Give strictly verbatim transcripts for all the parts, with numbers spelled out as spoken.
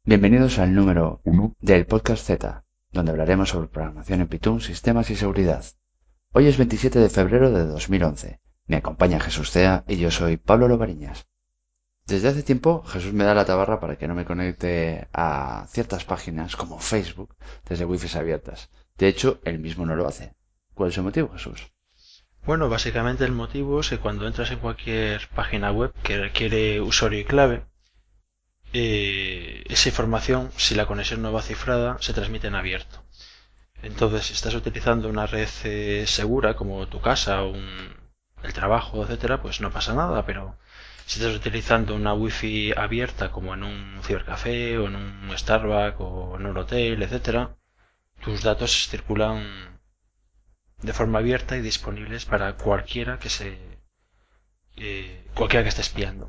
Bienvenidos al número uno del Podcast Z, donde hablaremos sobre programación en Python, sistemas y seguridad. Hoy es veintisiete de febrero de dos mil once. Me acompaña Jesús Cea y yo soy Pablo Lobariñas. Desde hace tiempo Jesús me da la tabarra para que no me conecte a ciertas páginas como Facebook desde Wi-Fi abiertas. De hecho, él mismo no lo hace. ¿Cuál es el motivo, Jesús? Bueno, básicamente el motivo es que cuando entras en cualquier página web que requiere usuario y clave, eh, esa información, si la conexión no va cifrada, se transmite en abierto. Entonces, si estás utilizando una red eh, segura como tu casa, un, el trabajo, etcétera, pues no pasa nada, pero si estás utilizando una wifi abierta como en un cibercafé o en un Starbucks o en un hotel, etcétera, tus datos circulan de forma abierta y disponibles para cualquiera que se eh, cualquiera que esté espiando.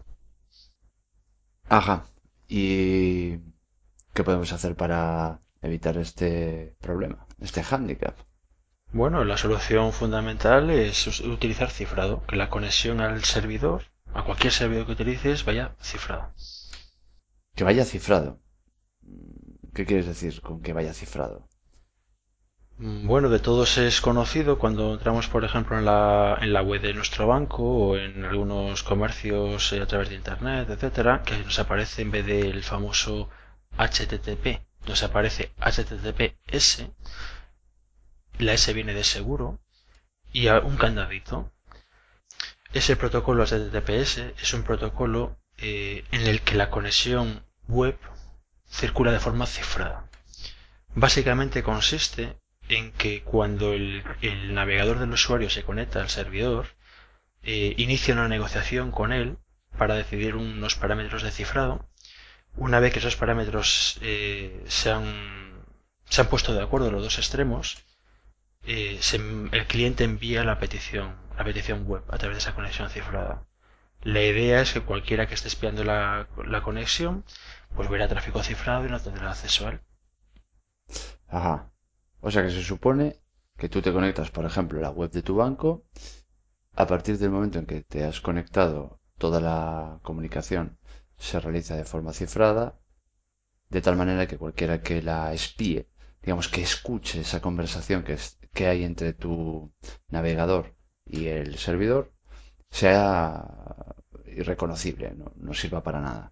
Ajá. ¿Y qué podemos hacer para evitar este problema, este hándicap? Bueno, la solución fundamental es utilizar cifrado, que la conexión al servidor, a cualquier servidor que utilices, vaya cifrada. Que vaya cifrado. ¿Qué quieres decir con que vaya cifrado? Mm, Bueno, de todos es conocido cuando entramos, por ejemplo, en la, en la web de nuestro banco o en algunos comercios eh, a través de Internet, etcétera, que nos aparece en vez del famoso H T T P, nos aparece H T T P S, la S viene de seguro y un candadito. Ese protocolo H T T P S es un protocolo eh, en el que la conexión web circula de forma cifrada. Básicamente consiste en que cuando el, el navegador del usuario se conecta al servidor, eh, inicia una negociación con él para decidir unos parámetros de cifrado. Una vez que esos parámetros eh, se, han, se han puesto de acuerdo los dos extremos, eh, se, el cliente envía la petición, la petición web a través de esa conexión cifrada. La idea es que cualquiera que esté espiando la, la conexión, pues verá tráfico cifrado y no tendrá acceso a él. Ajá. O sea que se supone que tú te conectas, por ejemplo, a la web de tu banco. A partir del momento en que te has conectado, toda la comunicación se realiza de forma cifrada, de tal manera que cualquiera que la espíe, digamos que escuche esa conversación que, es- que hay entre tu navegador y el servidor, sea irreconocible, no, no sirva para nada.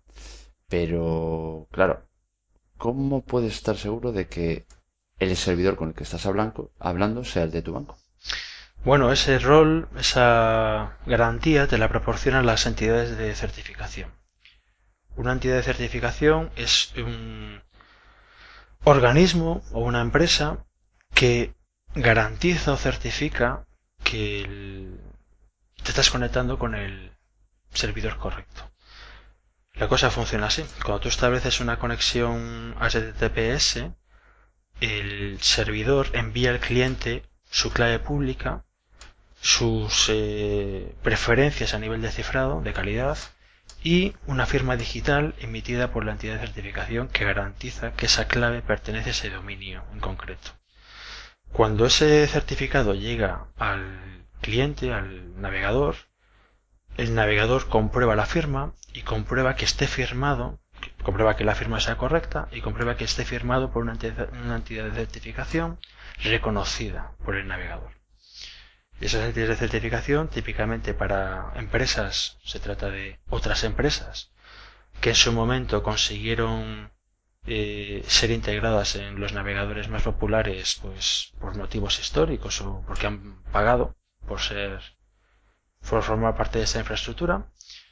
Pero, claro, ¿cómo puedes estar seguro de que el servidor con el que estás hablando, hablando sea el de tu banco? Bueno, ese rol, esa garantía te la proporcionan las entidades de certificación. Una entidad de certificación es un organismo o una empresa que garantiza o certifica que el- te estás conectando con el servidor correcto. La cosa funciona así. Cuando tú estableces una conexión H T T P S, el servidor envía al cliente su clave pública, sus eh, preferencias a nivel de cifrado, de calidad, y una firma digital emitida por la entidad de certificación que garantiza que esa clave pertenece a ese dominio en concreto. Cuando ese certificado llega al cliente, al navegador, el navegador comprueba la firma y comprueba que esté firmado, comprueba que la firma sea correcta y comprueba que esté firmado por una entidad, una entidad de certificación reconocida por el navegador. Y esas entidades de certificación, típicamente para empresas, se trata de otras empresas que en su momento consiguieron eh, ser integradas en los navegadores más populares, pues por motivos históricos o porque han pagado por ser por formar parte de esa infraestructura.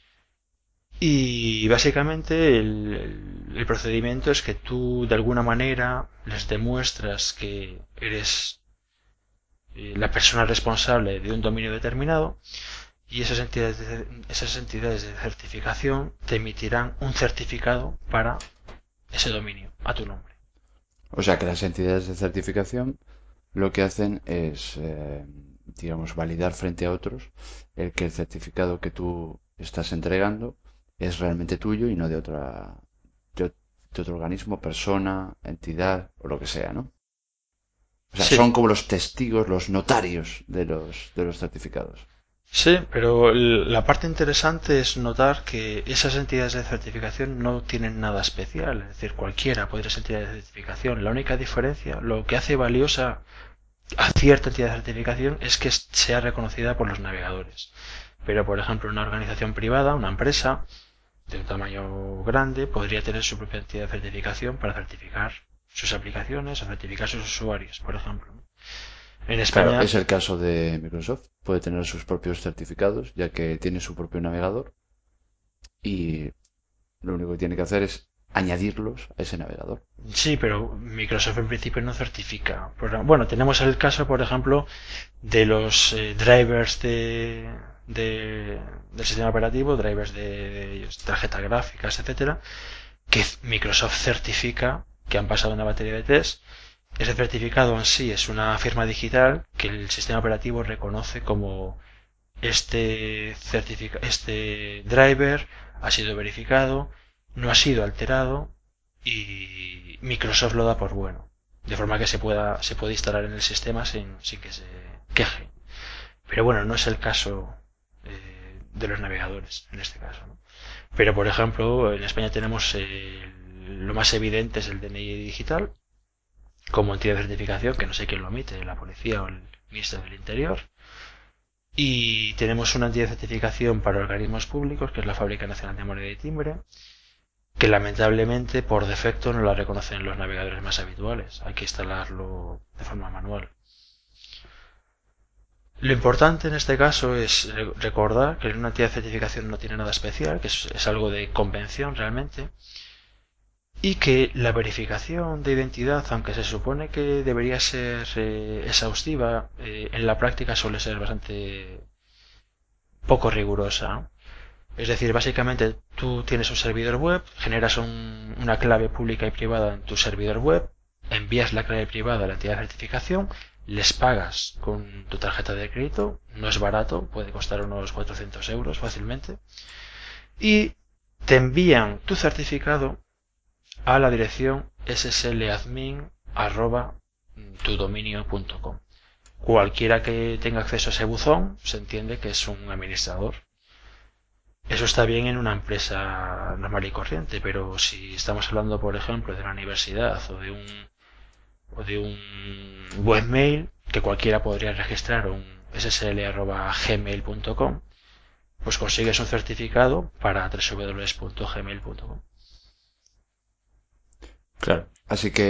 Y básicamente el, el, el procedimiento es que tú de alguna manera les demuestras que eres eh, la persona responsable de un dominio determinado y esas entidades, de, esas entidades de certificación te emitirán un certificado para ese dominio a tu nombre. O sea que las entidades de certificación lo que hacen es, eh, digamos, validar frente a otros el que el certificado que tú estás entregando es realmente tuyo y no de otra, de, de otro organismo, persona, entidad o lo que sea, ¿no? O sea, Sí, son como los testigos, los notarios de los, de los certificados. Sí, pero la parte interesante es notar que esas entidades de certificación no tienen nada especial, es decir, cualquiera puede ser entidad de certificación. La única diferencia, lo que hace valiosa a cierta entidad de certificación es que sea reconocida por los navegadores. Pero, por ejemplo, una organización privada, una empresa de un tamaño grande, podría tener su propia entidad de certificación para certificar sus aplicaciones o certificar sus usuarios, por ejemplo. En Claro, España, es el caso de Microsoft. Puede tener sus propios certificados, ya que tiene su propio navegador y lo único que tiene que hacer es añadirlos a ese navegador. sí, pero Microsoft en principio no certifica. Bueno, tenemos el caso, por ejemplo, de los eh, drivers de, de, del sistema operativo, drivers de, de tarjetas gráficas, etcétera, que Microsoft certifica que han pasado una batería de test. Ese certificado en sí es una firma digital que el sistema operativo reconoce como este, certifica este driver ha sido verificado, no ha sido alterado y Microsoft lo da por bueno. De forma que se pueda se puede instalar en el sistema sin, sin que se queje. Pero bueno, no es el caso eh, de los navegadores en este caso, ¿no? Pero por ejemplo, en España tenemos eh, lo más evidente es el D N I digital como entidad de certificación, que no sé quién lo emite, la policía o el Ministerio del Interior. Y tenemos una entidad de certificación para organismos públicos, que es la Fábrica Nacional de Moneda y Timbre, que lamentablemente por defecto no la reconocen los navegadores más habituales. Hay que instalarlo de forma manual. Lo importante en este caso es recordar que una entidad de certificación no tiene nada especial, que es, es algo de convención realmente, y que la verificación de identidad, aunque se supone que debería ser eh, exhaustiva, eh, en la práctica suele ser bastante poco rigurosa. Es decir, básicamente tú tienes un servidor web, generas un- una clave pública y privada en tu servidor web, envías la clave privada a la entidad de certificación, les pagas con tu tarjeta de crédito, no es barato, puede costar unos cuatrocientos euros fácilmente, y te envían tu certificado a la dirección ssladmin@tudominio.com. Cualquiera que tenga acceso a ese buzón se entiende que es un administrador. Eso está bien en una empresa normal y corriente, pero si estamos hablando, por ejemplo, de una universidad o de un, o de un webmail que cualquiera podría registrar un ssl.gmail punto com, pues consigues un certificado para doble u doble u doble u punto gmail punto com. Claro. Así que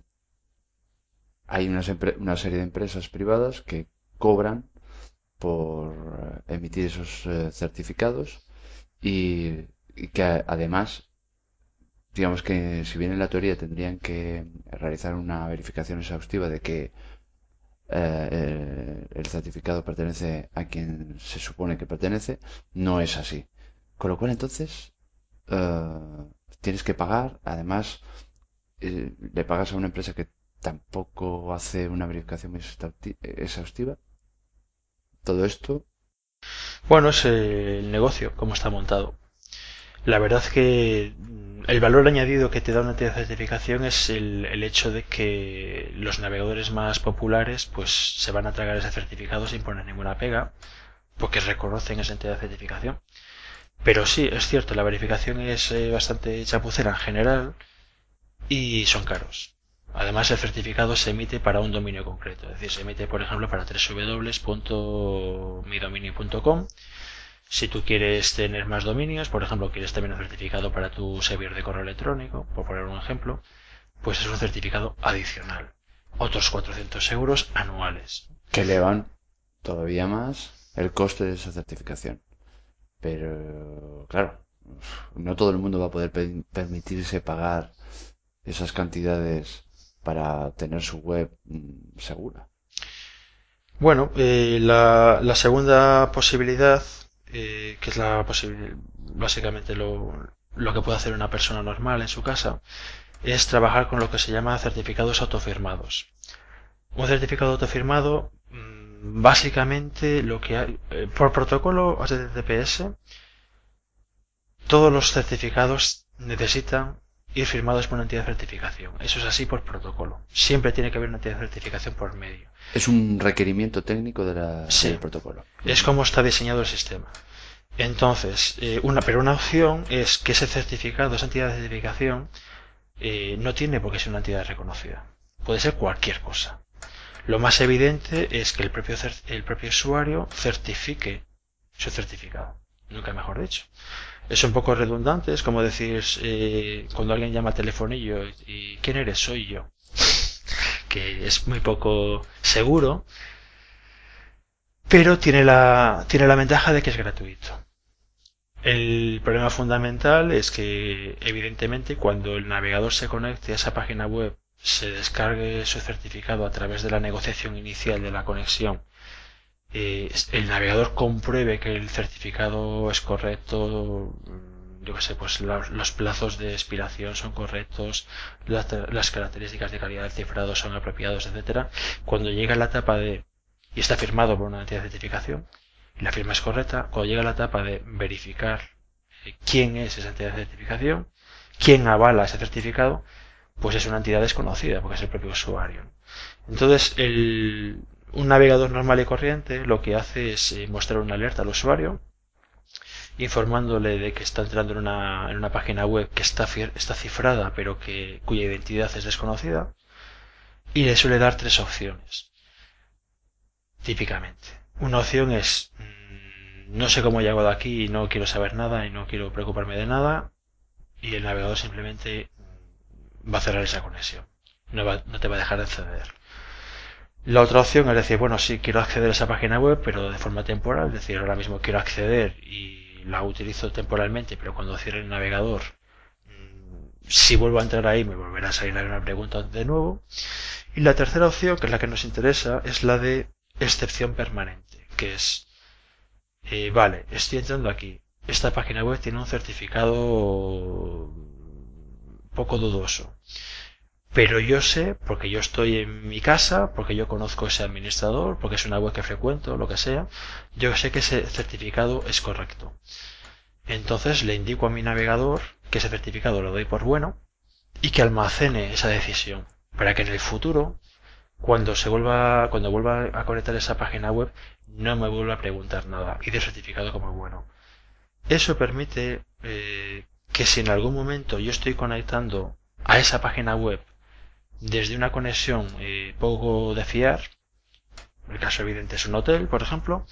hay unas empre- una serie de empresas privadas que cobran por eh, emitir esos eh, certificados y, y que a- además, digamos que si bien en la teoría tendrían que realizar una verificación exhaustiva de que eh, eh, el certificado pertenece a quien se supone que pertenece, no es así. Con lo cual entonces eh, tienes que pagar, además eh, le pagas a una empresa que tampoco hace una verificación muy exhausti- exhaustiva. Todo esto, Bueno, es el negocio, cómo está montado. La verdad es que mm, el valor añadido que te da una entidad de certificación es el, el hecho de que los navegadores más populares pues se van a tragar ese certificado sin poner ninguna pega, porque reconocen esa entidad de certificación. Pero sí, es cierto, la verificación es eh, bastante chapucera en general y son caros. Además, el certificado se emite para un dominio concreto, es decir, se emite, por ejemplo, para doble u doble u doble u punto mi dominio punto com. Si tú quieres tener más dominios, por ejemplo, quieres también un certificado para tu servidor de correo electrónico, por poner un ejemplo, pues es un certificado adicional. Otros cuatrocientos euros anuales. que elevan todavía más el coste de esa certificación. Pero, claro, no todo el mundo va a poder pe- permitirse pagar esas cantidades para tener su web mm, segura. Bueno, eh, la, la segunda posibilidad, eh, que es la posibil- básicamente lo, lo que puede hacer una persona normal en su casa, es trabajar con lo que se llama certificados autofirmados. Un certificado autofirmado, mm, básicamente lo que hay, eh, por protocolo H T T P S, todos los certificados necesitan ir firmados por una entidad de certificación. Eso es así por protocolo. Siempre tiene que haber una entidad de certificación por medio. Es un requerimiento técnico de la, sí, del protocolo. Es como está diseñado el sistema. Entonces, eh, una, pero una opción es que ese certificado, esa entidad de certificación, eh, no tiene por qué ser una entidad reconocida. Puede ser cualquier cosa. Lo más evidente es que el propio, el propio usuario certifique su certificado. Nunca mejor dicho. Es un poco redundante, es como decir eh, cuando alguien llama al telefonillo y ¿quién eres? Soy yo. Que es muy poco seguro, pero tiene la, tiene la ventaja de que es gratuito. El problema fundamental es que, evidentemente, cuando el navegador se conecte a esa página web, se descargue su certificado a través de la negociación inicial de la conexión, eh, el navegador compruebe que el certificado es correcto, yo que sé, pues los, los plazos de expiración son correctos, las, las características de calidad del cifrado son apropiados, etcétera. Cuando llega la etapa de, y está firmado por una entidad de certificación, y la firma es correcta, cuando llega la etapa de verificar quién es esa entidad de certificación, quién avala ese certificado, pues es una entidad desconocida, porque es el propio usuario. Entonces, el, un navegador normal y corriente lo que hace es eh, mostrar una alerta al usuario, informándole de que está entrando en una, en una página web que está, está cifrada, pero que, cuya identidad es desconocida, y le suele dar tres opciones. Típicamente. Una opción es, mmm, no sé cómo llego de aquí y no quiero saber nada y no quiero preocuparme de nada, y el navegador simplemente va a cerrar esa conexión. No, va, no te va a dejar acceder. La otra opción es decir, bueno, sí, quiero acceder a esa página web, pero de forma temporal, es decir, ahora mismo quiero acceder y la utilizo temporalmente, pero cuando cierre el navegador, si vuelvo a entrar ahí, me volverá a salir una pregunta de nuevo. Y la tercera opción, que es la que nos interesa, es la de excepción permanente, que es, eh, vale, estoy entrando aquí, esta página web tiene un certificado poco dudoso. Pero yo sé, porque yo estoy en mi casa, porque yo conozco ese administrador, porque es una web que frecuento, lo que sea, yo sé que ese certificado es correcto. Entonces le indico a mi navegador que ese certificado lo doy por bueno y que almacene esa decisión para que en el futuro, cuando se vuelva, cuando vuelva a conectar esa página web, no me vuelva a preguntar nada y dé certificado como bueno. Eso permite eh, que si en algún momento yo estoy conectando a esa página web desde una conexión eh, poco de fiar, el caso evidente es un hotel, por ejemplo,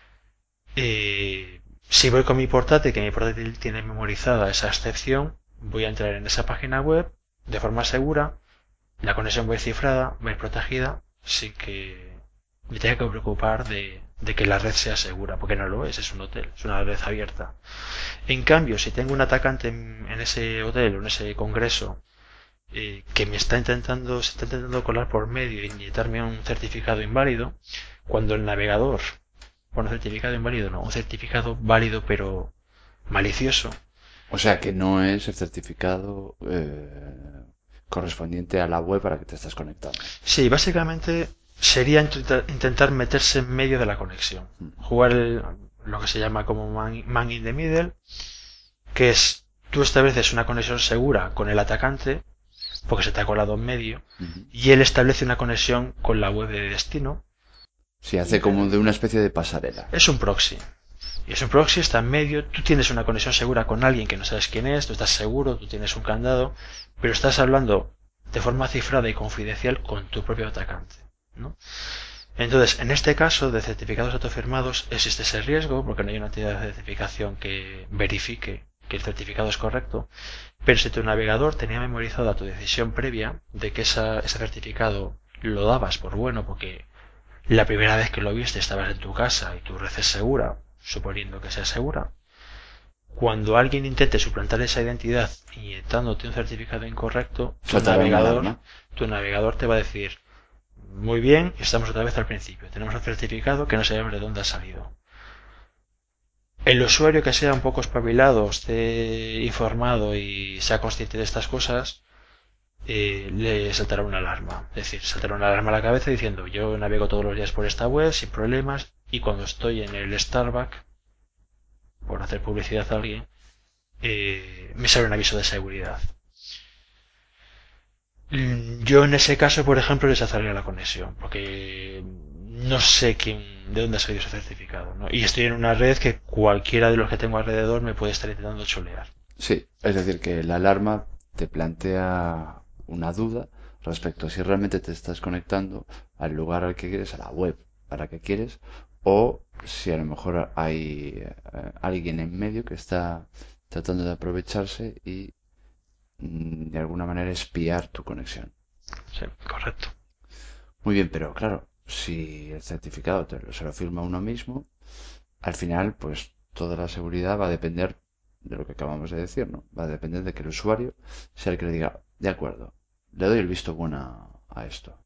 eh, si voy con mi portátil, que mi portátil tiene memorizada esa excepción, voy a entrar en esa página web de forma segura, la conexión va a ir cifrada, va a ir protegida, sin que me tenga que preocupar de, de que la red sea segura, porque no lo es, es un hotel, es una red abierta. En cambio, si tengo un atacante en, en ese hotel o en ese congreso, Eh, que me está intentando, se está intentando colar por medio e inyectarme un certificado inválido, cuando el navegador, bueno, certificado inválido no, un certificado válido pero malicioso. O sea que no es el certificado eh, correspondiente a la web a la que te estás conectando. Sí, básicamente sería intentar meterse en medio de la conexión, jugar el, lo que se llama como man, man in the middle, que es tú estableces una conexión segura con el atacante porque se te ha colado en medio, uh-huh. y él establece una conexión con la web de destino. Sí, hace como de una especie de pasarela. Es un proxy. Y es un proxy, está en medio, tú tienes una conexión segura con alguien que no sabes quién es, tú estás seguro, tú tienes un candado, pero estás hablando de forma cifrada y confidencial con tu propio atacante, ¿no? Entonces, en este caso de certificados autofirmados existe ese riesgo porque no hay una entidad de certificación que verifique que el certificado es correcto, pero si tu navegador tenía memorizada tu decisión previa de que esa, ese certificado lo dabas por bueno porque la primera vez que lo viste estabas en tu casa y tu red es segura, suponiendo que sea segura, cuando alguien intente suplantar esa identidad inyectándote un certificado incorrecto, tu navegador, tu navegador te va a decir: muy bien, estamos otra vez al principio, tenemos un certificado que no sabemos de dónde ha salido. El usuario que sea un poco espabilado, esté informado y sea consciente de estas cosas, eh, le saltará una alarma. Es decir, saltará una alarma a la cabeza diciendo: yo navego todos los días por esta web sin problemas y cuando estoy en el Starbucks, por hacer publicidad a alguien, eh, me sale un aviso de seguridad. Yo en ese caso, por ejemplo, rechazaría la conexión, porque no sé quién, de dónde ha salido ese certificado, ¿no? Y estoy en una red que cualquiera de los que tengo alrededor me puede estar intentando cholear. Sí, es decir, que la alarma te plantea una duda respecto a si realmente te estás conectando al lugar al que quieres, a la web a la que quieres, o si a lo mejor hay eh, alguien en medio que está tratando de aprovecharse y mm, de alguna manera espiar tu conexión. Sí, correcto. Muy bien, pero claro, si el certificado te lo- se lo firma uno mismo, al final, pues toda la seguridad va a depender de lo que acabamos de decir, ¿no? Va a depender de que el usuario sea el que le diga, de acuerdo, le doy el visto bueno a, a esto.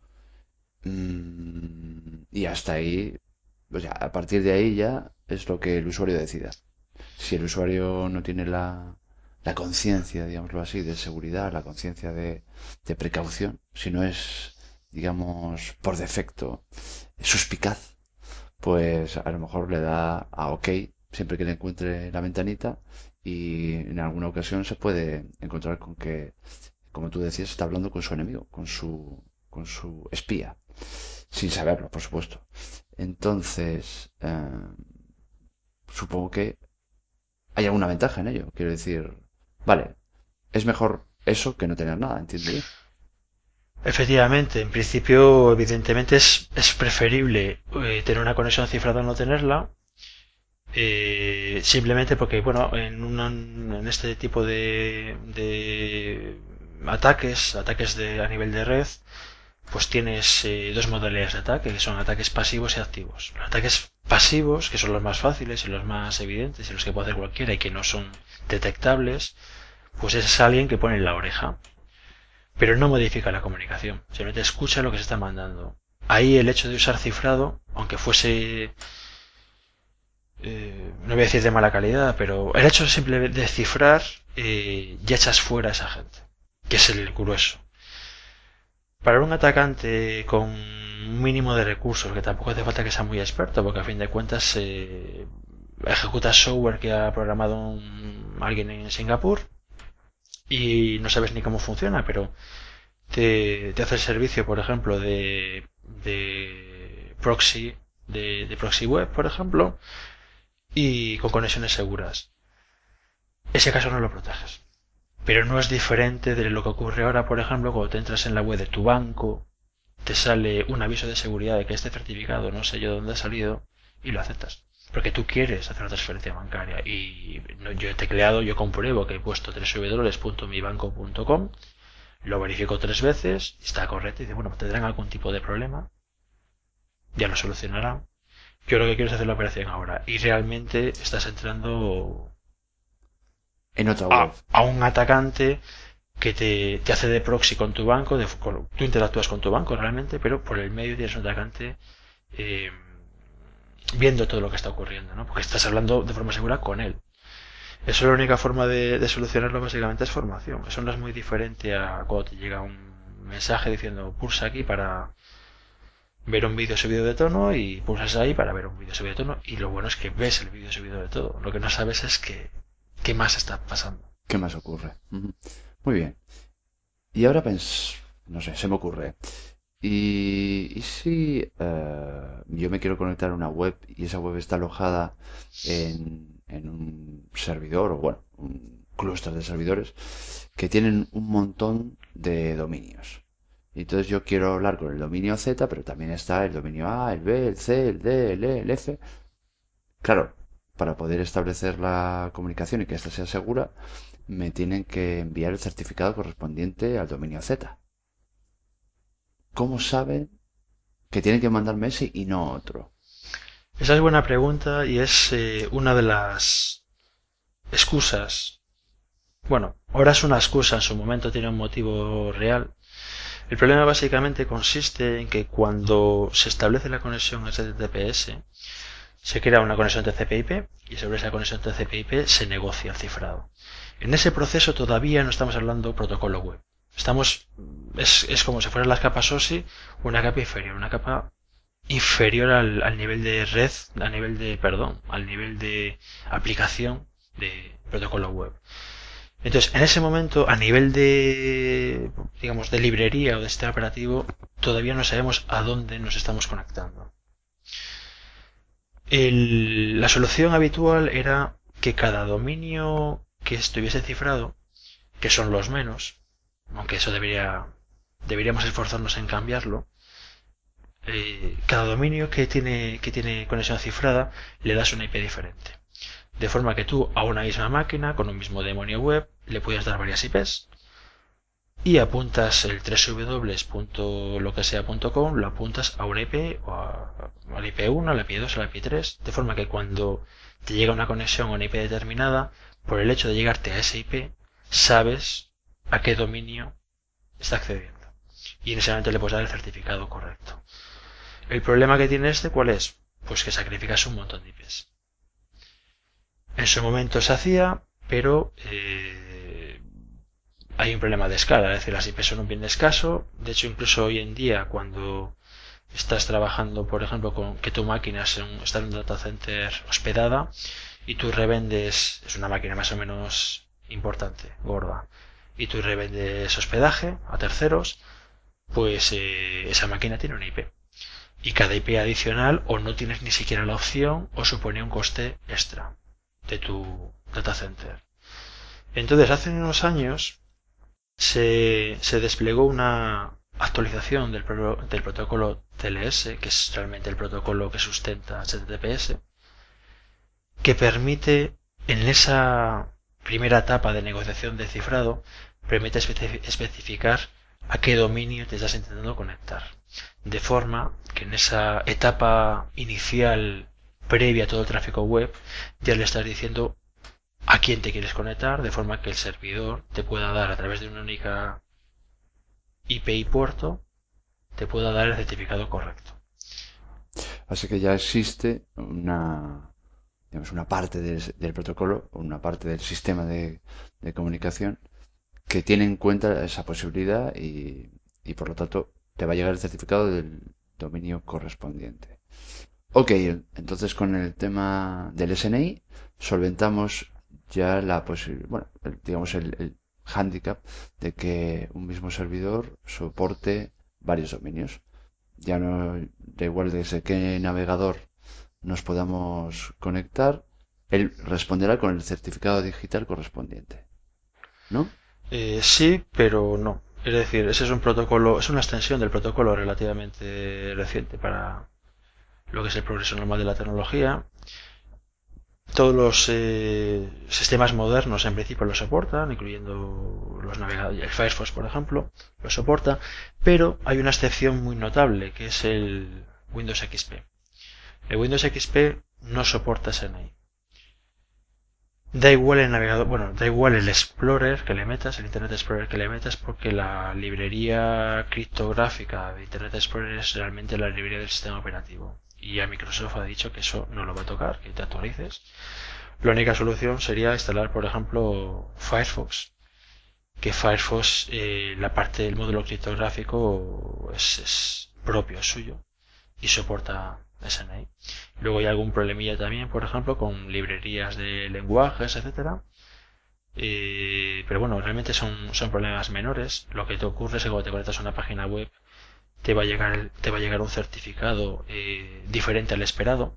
Mm, y hasta ahí, o sea, a partir de ahí ya es lo que el usuario decida. Si el usuario no tiene la, la conciencia, digámoslo así, de seguridad, la conciencia de, de precaución, si no es, digamos, por defecto, suspicaz, pues a lo mejor le da a OK siempre que le encuentre la ventanita y en alguna ocasión se puede encontrar con que, como tú decías, está hablando con su enemigo, con su, con su espía, sin saberlo, por supuesto. Entonces, eh, supongo que hay alguna ventaja en ello. Quiero decir, vale, es mejor eso que no tener nada, entiendo yo. Efectivamente, en principio, evidentemente es, es preferible eh, tener una conexión cifrada o no tenerla, eh, simplemente porque, bueno, en, una- en este tipo de, de ataques, ataques de, a nivel de red, pues tienes eh, dos modalidades de ataque, que son ataques pasivos y activos. Los ataques pasivos, que son los más fáciles y los más evidentes y los que puede hacer cualquiera y que no son detectables, pues es alguien que pone en la oreja, pero no modifica la comunicación, simplemente escucha lo que se está mandando. Ahí el hecho de usar cifrado, aunque fuese, eh, no voy a decir de mala calidad, pero el hecho simple de cifrar, eh, ya echas fuera a esa gente, que es el grueso. Para un atacante con un mínimo de recursos, que tampoco hace falta que sea muy experto, porque a fin de cuentas eh, ejecutas software que ha programado un- alguien en Singapur y no sabes ni cómo funciona, pero te, te hace el servicio, por ejemplo, de, de proxy, de, de proxy web, por ejemplo, y con conexiones seguras. Ese caso no lo proteges. Pero no es diferente de lo que ocurre ahora, por ejemplo, cuando te entras en la web de tu banco, te sale un aviso de seguridad de que este certificado no sé yo dónde ha salido y lo aceptas. Porque tú quieres hacer una transferencia bancaria y no, yo he tecleado, yo compruebo que he puesto doble u doble u doble u punto mi banco punto com, lo verifico tres veces, está correcto y dice, bueno, tendrán algún tipo de problema, ya lo solucionarán. Yo lo que quiero es hacer la operación ahora y realmente estás entrando En otra a, web. a un atacante que te, te hace de proxy con tu banco, de, con, tú interactúas con tu banco realmente, pero por el medio tienes un atacante eh, viendo todo lo que está ocurriendo, ¿no? Porque estás hablando de forma segura con él. Eso es la única forma de, de solucionarlo básicamente es formación. Eso no es muy diferente a cuando te llega un mensaje diciendo pulsa aquí para ver un vídeo subido de tono y pulsas ahí para ver un vídeo subido de tono y lo bueno es que ves el vídeo subido de todo. Lo que no sabes es que qué más está pasando. ¿Qué más ocurre? Ujú. Muy bien. Y ahora pens, no sé, se me ocurre. ¿Y, y si eh, yo me quiero conectar a una web y esa web está alojada en, en un servidor o bueno, un clúster de servidores que tienen un montón de dominios? Y entonces yo quiero hablar con el dominio Z, pero también está el dominio A, el B, el C, el D, el E, el F. Claro, para poder establecer la comunicación y que ésta sea segura, me tienen que enviar el certificado correspondiente al dominio Z. ¿Cómo saben que tienen que mandarme ese y no otro? Esa es buena pregunta y es eh, una de las excusas. Bueno, ahora es una excusa, en su momento tiene un motivo real. El problema básicamente consiste en que cuando se establece la conexión H T T P S, se crea una conexión T C P I P y sobre esa conexión T C P I P se negocia el cifrado. En ese proceso todavía no estamos hablando protocolo web. Estamos, es, es como si fueran las capas O S I, una capa inferior, una capa inferior al, al nivel de red, al nivel de, perdón, al nivel de aplicación de protocolo web. Entonces, en ese momento, a nivel de de, digamos, de librería o de sistema operativo, todavía no sabemos a dónde nos estamos conectando. El- la solución habitual era que cada dominio que estuviese cifrado, que son los menos, aunque eso debería, deberíamos esforzarnos en cambiarlo, eh, cada dominio que tiene, que tiene conexión cifrada le das una I P diferente. De forma que tú a una misma máquina, con un mismo demonio web, le puedes dar varias I Ps y apuntas el www.loquesea.com, lo apuntas a una I P o a, a la I P uno, a la I P dos, a la I P tres, de forma que cuando te llega una conexión a una I P determinada, por el hecho de llegarte a esa I P, sabes a qué dominio está accediendo. Y en ese momento le puedes dar el certificado correcto. El problema que tiene este, ¿cuál es? Pues que sacrificas un montón de I Ps. En su momento se hacía, pero eh, hay un problema de escala, es decir, las I Ps son un bien escaso. De hecho, incluso hoy en día, cuando estás trabajando, por ejemplo, con que tu máquina está en un data center hospedada y tú revendes, es una máquina más o menos importante, gorda, y tú revendes hospedaje a terceros, pues eh, esa máquina tiene una I P. Y cada I P adicional o no tienes ni siquiera la opción o supone un coste extra de tu data center. Entonces, hace unos años se, se desplegó una actualización del, pro, del protocolo T L S, que es realmente el protocolo que sustenta H T T P S, que permite en esa primera etapa de negociación de cifrado, permite especificar a qué dominio te estás intentando conectar. De forma que en esa etapa inicial previa a todo el tráfico web ya le estás diciendo a quién te quieres conectar, de forma que el servidor te pueda dar a través de una única I P y puerto, te pueda dar el certificado correcto. Así que ya existe una, digamos, una parte del, del protocolo, una parte del sistema de, de comunicación que tiene en cuenta esa posibilidad y, y por lo tanto te va a llegar el certificado del dominio correspondiente. Ok, entonces con el tema del S N I solventamos ya la posibilidad, bueno, el- digamos el, el hándicap de que un mismo servidor soporte varios dominios. Ya no da igual desde qué navegador nos podamos conectar, él responderá con el certificado digital correspondiente, ¿no? Eh, sí, pero no. Es decir, ese es un protocolo, es una extensión del protocolo relativamente reciente para lo que es el progreso normal de la tecnología. Todos los eh, sistemas modernos en principio lo soportan, incluyendo los navegadores, el Firefox por ejemplo, lo soporta, pero hay una excepción muy notable que es el Windows X P. El Windows X P no soporta S N I. Da igual el navegador, bueno, da igual el Explorer que le metas, el Internet Explorer que le metas, porque la librería criptográfica de Internet Explorer es realmente la librería del sistema operativo. Y ya Microsoft ha dicho que eso no lo va a tocar, que te actualices. La única solución sería instalar, por ejemplo, Firefox. Que Firefox, eh, la parte del módulo criptográfico es, es propio, es suyo y soporta S N I. Luego hay algún problemilla también, por ejemplo, con librerías de lenguajes, etcétera. Eh, pero bueno, realmente son, son problemas menores. Lo que te ocurre es que cuando te conectas a una página web te va a llegar, te va a llegar un certificado eh, diferente al esperado,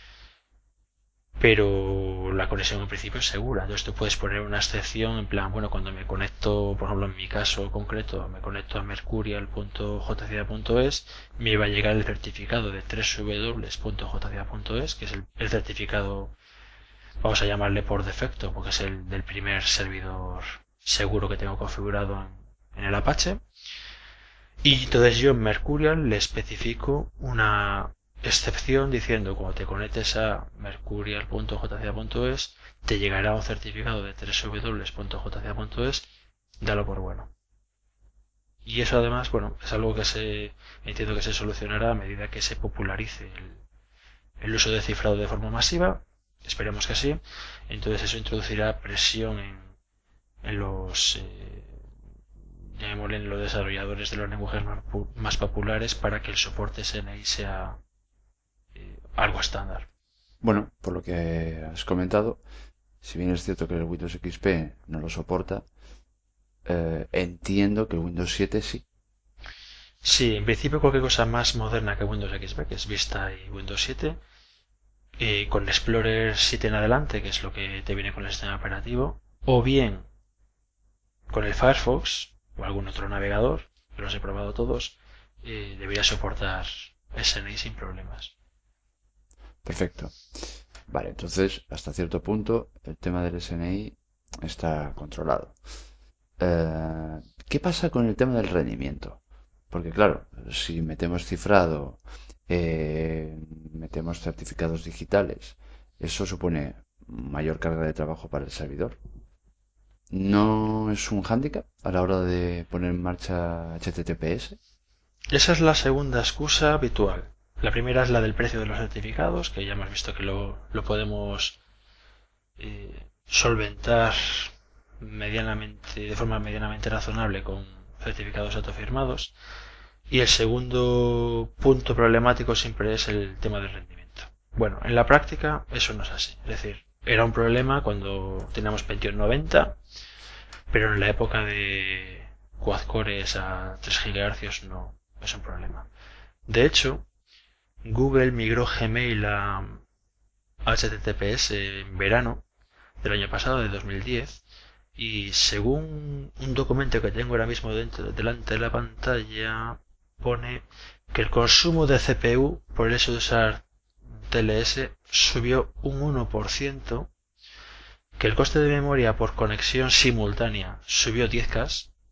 pero la conexión en principio es segura. Entonces tú puedes poner una excepción en plan, bueno, cuando me conecto, por ejemplo, en mi caso concreto, me conecto a mercurial punto j c a punto es, me va a llegar el certificado de w w w punto j c a punto es, que es el, el certificado, vamos a llamarle por defecto, porque es el del primer servidor seguro que tengo configurado en, en el Apache. Y entonces yo en Mercurial le especifico una excepción diciendo cuando te conectes a mercurial punto j c a punto es te llegará un certificado de w w w punto j c a punto es, dalo por bueno. Y eso además, bueno, es algo que se entiendo que se solucionará a medida que se popularice el, el uso de cifrado de forma masiva. Esperemos que sí. Entonces eso introducirá presión en, en los eh, llamémosle en los desarrolladores de los lenguajes más populares para que el soporte S N I sea eh, algo estándar. Bueno, por lo que has comentado, si bien es cierto que el Windows X P no lo soporta, Eh, entiendo que Windows siete sí. Sí, en principio cualquier cosa más moderna que Windows X P, que es Vista y Windows siete, eh, con Explorer siete en adelante, que es lo que te viene con el sistema operativo, o bien con el Firefox o algún otro navegador, que los he probado todos, eh, debería soportar S N I sin problemas. Perfecto. Vale, entonces, hasta cierto punto, el tema del S N I está controlado. Eh, ¿qué pasa con el tema del rendimiento? Porque claro, si metemos cifrado, eh, metemos certificados digitales, eso supone mayor carga de trabajo para el servidor. ¿No es un hándicap a la hora de poner en marcha H T T P S? Esa es la segunda excusa habitual. La primera es la del precio de los certificados, que ya hemos visto que lo, lo podemos eh, solventar medianamente, de forma medianamente razonable con certificados autofirmados. Y el segundo punto problemático siempre es el tema del rendimiento. Bueno, en la práctica eso no es así. Es decir, era un problema cuando teníamos Pentium noventa, pero en la época de quad-cores a tres gigahercios no es un problema. De hecho, Google migró Gmail a H T T P S en verano del año pasado, de dos mil diez, y según un documento que tengo ahora mismo dentro, delante de la pantalla, pone que el consumo de C P U por el hecho de usar T L S subió un uno por ciento, que el coste de memoria por conexión simultánea subió diez K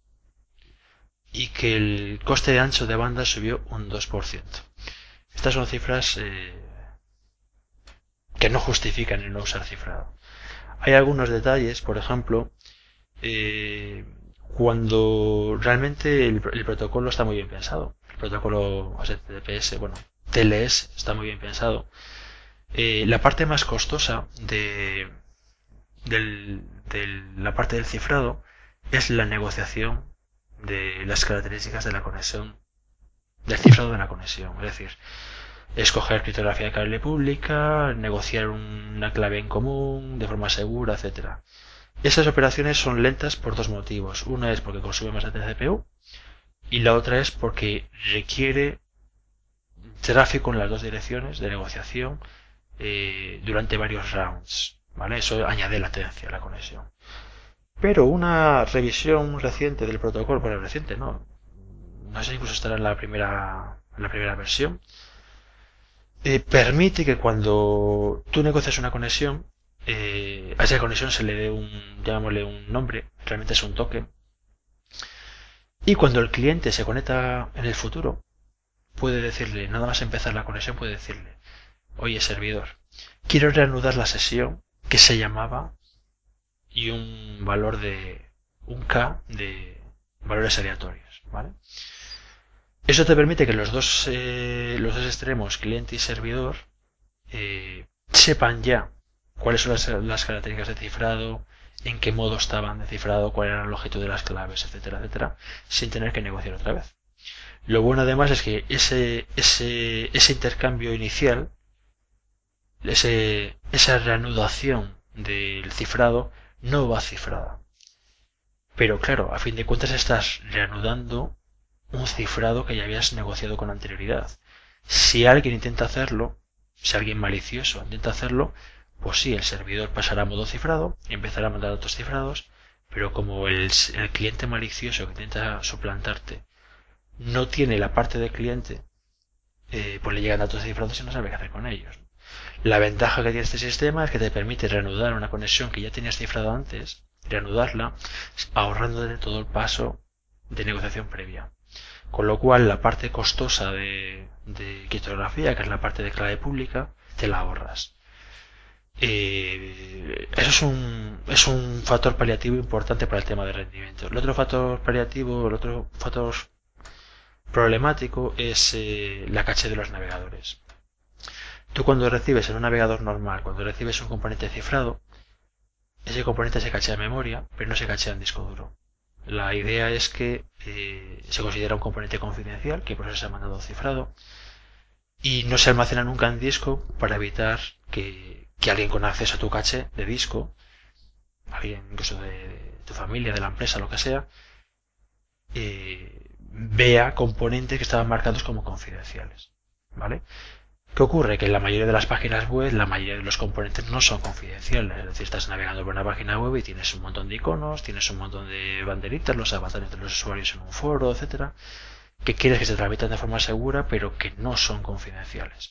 y que el coste de ancho de banda subió un dos por ciento. Estas son cifras eh, que no justifican el no usar cifrado. Hay algunos detalles, por ejemplo, eh, cuando realmente el, el protocolo está muy bien pensado. El protocolo H T T P S, bueno, T L S está muy bien pensado. Eh, la parte más costosa de, del, de la parte del cifrado es la negociación de las características de la conexión, del cifrado de la conexión. Es decir, escoger criptografía de cable pública, negociar una clave en común de forma segura, etcétera. Esas operaciones son lentas por dos motivos. Una es porque consume más de C P U y la otra es porque requiere tráfico en las dos direcciones de negociación eh, durante varios rounds. ¿Vale? Eso añade latencia a la conexión. Pero una revisión reciente del protocolo, bueno, reciente no, no sé, incluso estará en la primera, en la primera versión, eh, permite que cuando tú negocias una conexión, eh, a esa conexión se le dé un, llamémosle un nombre, realmente es un token, y cuando el cliente se conecta en el futuro, puede decirle, nada más empezar la conexión, puede decirle, oye servidor, quiero reanudar la sesión que se llamaba y un valor de un K de valores aleatorios, ¿vale? Eso te permite que los dos, eh, los dos extremos, cliente y servidor, eh, sepan ya cuáles son las, las características de cifrado, en qué modo estaban de cifrado, cuál era el objeto de las claves, etcétera, etcétera, sin tener que negociar otra vez. Lo bueno además es que ese, ese, ese intercambio inicial, ese, esa reanudación del cifrado, no va cifrada. Pero claro, a fin de cuentas estás reanudando un cifrado que ya habías negociado con anterioridad. Si alguien intenta hacerlo, si alguien malicioso intenta hacerlo, pues sí, el servidor pasará a modo cifrado y empezará a mandar datos cifrados, pero como el, el cliente malicioso que intenta suplantarte no tiene la parte del cliente, eh, pues le llegan datos cifrados y no sabe qué hacer con ellos. La ventaja que tiene este sistema es que te permite reanudar una conexión que ya tenías cifrada antes, reanudarla, ahorrándote todo el paso de negociación previa. Con lo cual la parte costosa de, de criptografía, que es la parte de clave pública, te la ahorras. Eh, eso es un, es un factor paliativo importante para el tema de rendimiento. El otro factor paliativo, el otro factor problemático es eh, la caché de los navegadores. Tú cuando recibes en un navegador normal, cuando recibes un componente cifrado, ese componente se cachea en memoria, pero no se cachea en disco duro. La idea es que eh, se considera un componente confidencial, que por eso se ha mandado cifrado, y no se almacena nunca en disco para evitar que, que alguien con acceso a tu caché de disco alguien incluso de, de tu familia, de la empresa, lo que sea, eh, vea componentes que estaban marcados como confidenciales, ¿vale? ¿Qué ocurre? Que en la mayoría de las páginas web, la mayoría de los componentes no son confidenciales. Es decir, estás navegando por una página web y tienes un montón de iconos, tienes un montón de banderitas, los avatares de los usuarios en un foro, etcétera, que quieres que se tramitan de forma segura, pero que no son confidenciales.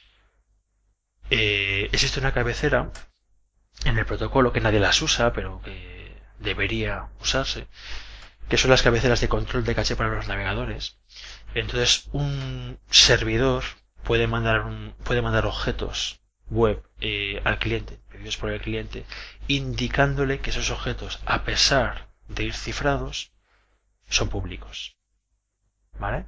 Eh, existe una cabecera en el protocolo que nadie las usa, pero que debería usarse, que son las cabeceras de control de caché para los navegadores. Entonces, un servidor puede mandar un, puede mandar objetos web eh, al cliente, pedidos por el cliente, indicándole que esos objetos, a pesar de ir cifrados, son públicos, ¿vale?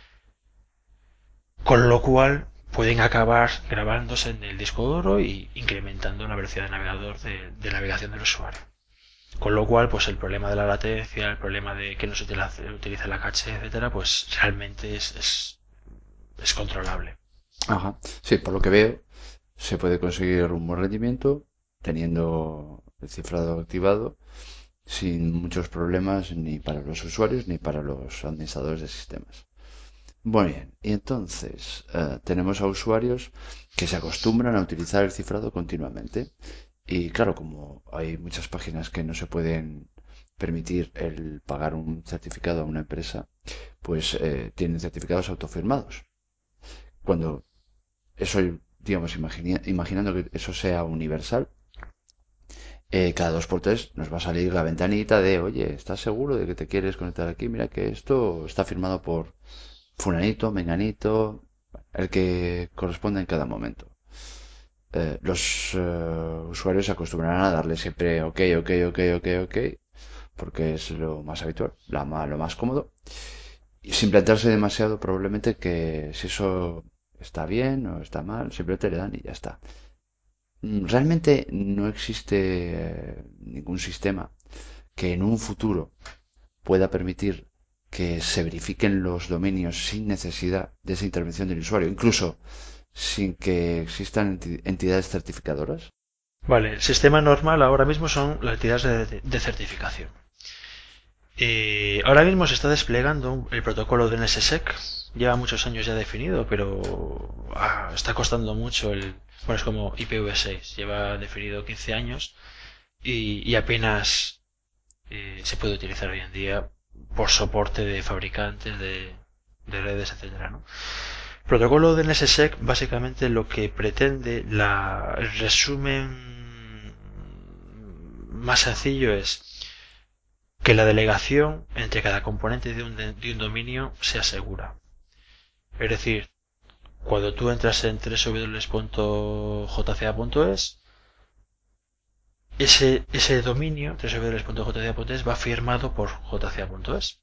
Con lo cual pueden acabar grabándose en el disco duro y incrementando la velocidad de navegador de, de navegación del usuario. Con lo cual, pues el problema de la latencia, el problema de que no se utiliza, utiliza la caché, etcétera, pues realmente es, es, es controlable. Ajá. Sí, por lo que veo, se puede conseguir un buen rendimiento teniendo el cifrado activado sin muchos problemas ni para los usuarios ni para los administradores de sistemas. Muy bien, y entonces eh, tenemos a usuarios que se acostumbran a utilizar el cifrado continuamente. Y claro, como hay muchas páginas que no se pueden permitir el pagar un certificado a una empresa, pues eh, tienen certificados autofirmados. Cuando eso, digamos, imagina- imaginando que eso sea universal, eh, cada dos por tres nos va a salir la ventanita de, oye, ¿estás seguro de que te quieres conectar aquí? Mira que esto está firmado por fulanito, menganito, el que corresponde en cada momento. Eh, los eh, usuarios se acostumbrarán a darle siempre ok, ok, ok, ok, ok, porque es lo más habitual, la ma- lo más cómodo. Y sin plantearse demasiado, probablemente que si eso está bien o está mal, simplemente le dan y ya está. Mm, Realmente no existe eh, ningún sistema que en un futuro pueda permitir que se verifiquen los dominios sin necesidad de esa intervención del usuario, incluso sin que existan enti- entidades certificadoras. Vale, el sistema normal ahora mismo son las entidades de, de- de certificación. Eh, ahora mismo se está desplegando el protocolo de NSSEC. Lleva muchos años ya definido, pero ah, está costando mucho el... Bueno, es como I P v seis. Lleva definido quince años y, y apenas eh, se puede utilizar hoy en día por soporte de fabricantes de, de redes, etcétera, ¿no? El protocolo de NSSEC básicamente lo que pretende, la, el resumen más sencillo es que la delegación entre cada componente de un, de un dominio sea segura. Es decir, cuando tú entras en doble u doble u doble u punto j c a punto es, ese, ese dominio doble u doble u doble u punto j c a punto es va firmado por j c a punto es.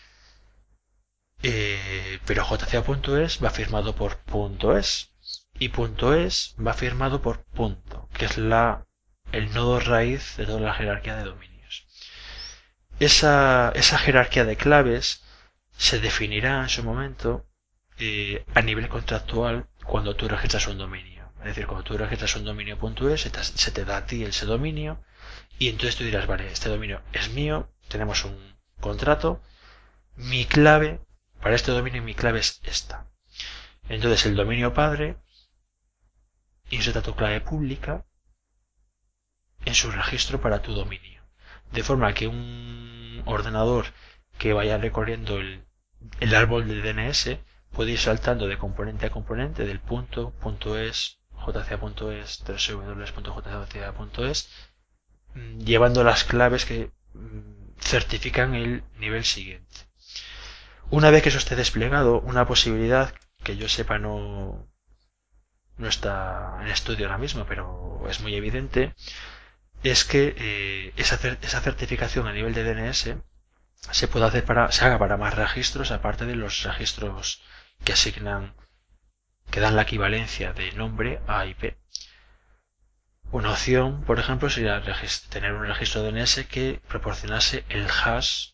Eh, pero j c a punto es va firmado por .es y .es va firmado por punto, que es la, el nodo raíz de toda la jerarquía de dominios. Esa, esa jerarquía de claves se definirá en su momento eh, a nivel contractual cuando tú registras un dominio. Es decir, cuando tú registras un dominio.es, se te, se te da a ti ese dominio y entonces tú dirás, vale, este dominio es mío, tenemos un contrato, mi clave para este dominio, mi clave es esta. Entonces el dominio padre inserta tu clave pública en su registro para tu dominio. De forma que un ordenador que vaya recorriendo el, el árbol de D N S puede ir saltando de componente a componente del punto, punto es, jca.es, doble u doble u doble u punto j c a punto es, llevando las claves que certifican el nivel siguiente. Una vez que eso esté desplegado, una posibilidad que yo sepa no, no está en estudio ahora mismo, pero es muy evidente, es que eh, esa, esa certificación a nivel de D N S se puede hacer para, se haga para más registros aparte de los registros que asignan, que dan la equivalencia de nombre a I P. Una opción, por ejemplo, sería tener un registro D N S que proporcionase el hash,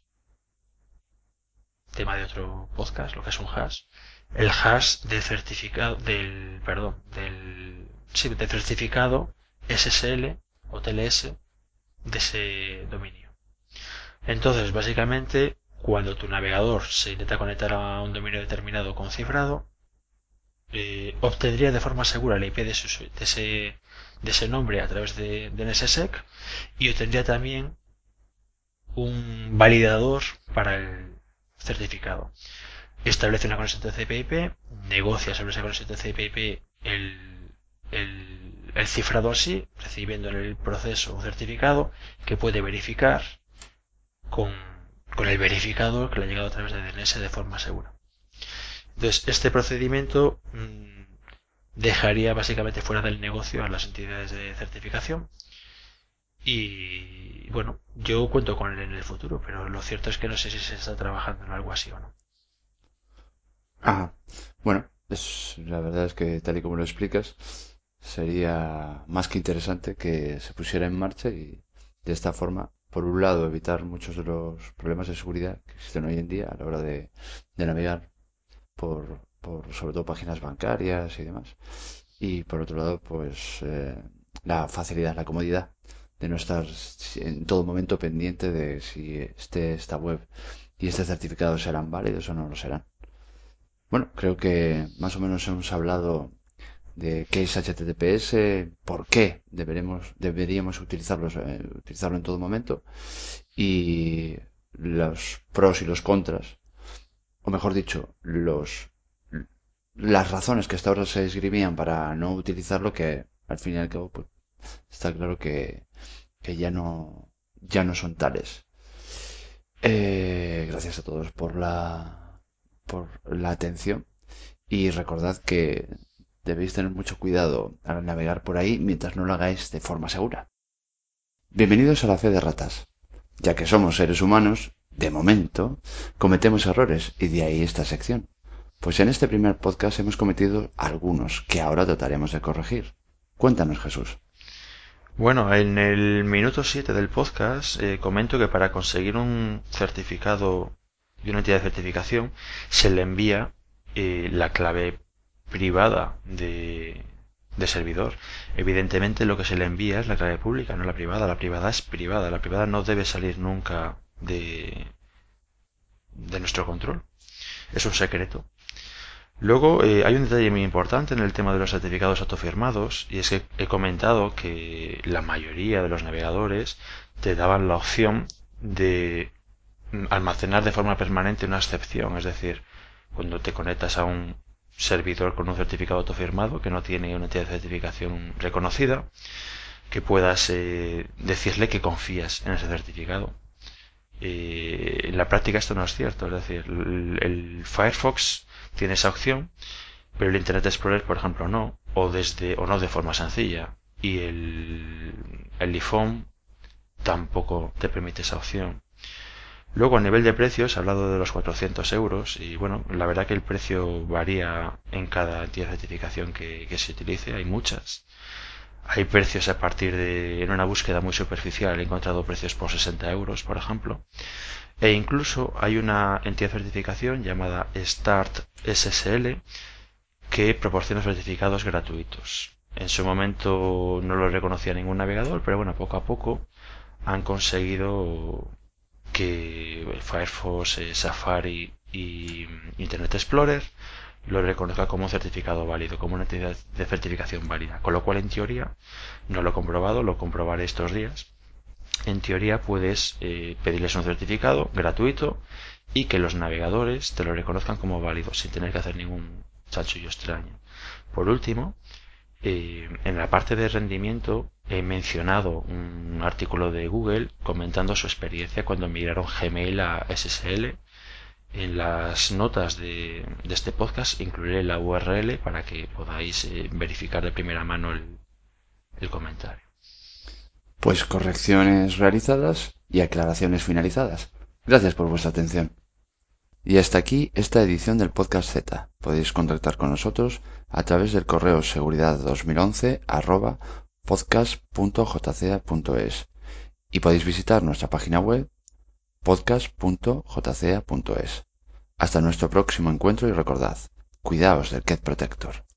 tema de otro podcast, lo que es un hash, el hash del certificado, del, perdón, del, sí, del certificado S S L o T L S de ese dominio. Entonces, básicamente, cuando tu navegador se intenta conectar a un dominio determinado con cifrado, eh, obtendría de forma segura la I P de, su- de ese, de ese nombre a través de, de N S S E C y obtendría también un validador para el certificado. Establece una conexión T C P/I P, negocia sobre esa conexión T C P/I P el, el, el cifrado así, recibiendo en el proceso un certificado que puede verificar con, con el verificador que le ha llegado a través de D N S de forma segura. Entonces, este procedimiento mmm, dejaría básicamente fuera del negocio a las entidades de certificación. Y bueno, yo cuento con él en el futuro, pero lo cierto es que no sé si se está trabajando en algo así o no. Ajá. Bueno, es, la verdad es que tal y como lo explicas, sería más que interesante que se pusiera en marcha y de esta forma, por un lado, evitar muchos de los problemas de seguridad que existen hoy en día a la hora de, de navegar por, por sobre todo páginas bancarias y demás. Y por otro lado, pues eh, la facilidad, la comodidad de no estar en todo momento pendiente de si este, esta web y este certificado serán válidos o no lo serán. Bueno, creo que más o menos hemos hablado de qué es H T T P S, por qué deberemos, deberíamos utilizarlo, eh, utilizarlo en todo momento y los pros y los contras, o mejor dicho, los las razones que hasta ahora se esgrimían para no utilizarlo, que al fin y al cabo pues, está claro que, que ya no ya no son tales. Eh, gracias a todos por la por la atención. Y recordad que debéis tener mucho cuidado al navegar por ahí mientras no lo hagáis de forma segura. Bienvenidos a la fe de ratas. Ya que somos seres humanos, de momento, cometemos errores y de ahí esta sección. Pues en este primer podcast hemos cometido algunos que ahora trataremos de corregir. Cuéntanos, Jesús. Bueno, en el minuto siete del podcast eh, comento que para conseguir un certificado de una entidad de certificación se le envía eh, la clave privada de, de servidor. Evidentemente lo que se le envía es la clave pública, no la privada. La privada es privada. La privada no debe salir nunca de, de nuestro control. Es un secreto. Luego eh, hay un detalle muy importante en el tema de los certificados autofirmados y es que he comentado que la mayoría de los navegadores te daban la opción de mm, almacenar de forma permanente una excepción, es decir, cuando te conectas a un servidor con un certificado autofirmado que no tiene una entidad de certificación reconocida, que puedas eh, decirle que confías en ese certificado. Eh, en la práctica esto no es cierto, es decir, el, el Firefox tiene esa opción, pero el Internet Explorer, por ejemplo, no, o desde o no de forma sencilla, y el, el iPhone tampoco te permite esa opción. Luego, a nivel de precios, he hablado de los cuatrocientos euros y bueno, la verdad que el precio varía en cada entidad de certificación que, que se utilice, hay muchas. Hay precios a partir de, en una búsqueda muy superficial, he encontrado precios por sesenta euros, por ejemplo. E incluso hay una entidad de certificación llamada Start S S L que proporciona certificados gratuitos. En su momento no lo reconocía ningún navegador, pero bueno, poco a poco han conseguido que Firefox, eh, Safari y Internet Explorer lo reconozca como un certificado válido, como una entidad de certificación válida. Con lo cual, en teoría, no lo he comprobado, lo comprobaré estos días. En teoría, puedes eh, pedirles un certificado gratuito y que los navegadores te lo reconozcan como válido sin tener que hacer ningún chanchullo extraño. Por último, eh, en la parte de rendimiento he mencionado un artículo de Google comentando su experiencia cuando migraron Gmail a S S L. En las notas de, de este podcast incluiré la U R L para que podáis eh, verificar de primera mano el, el comentario. Pues correcciones realizadas y aclaraciones finalizadas. Gracias por vuestra atención. Y hasta aquí esta edición del Podcast Z. Podéis contactar con nosotros a través del correo seguridad dos mil once arroba podcast punto j c a punto es y podéis visitar nuestra página web podcast punto j c a punto es. Hasta nuestro próximo encuentro y recordad, cuidaos del Cat Protector.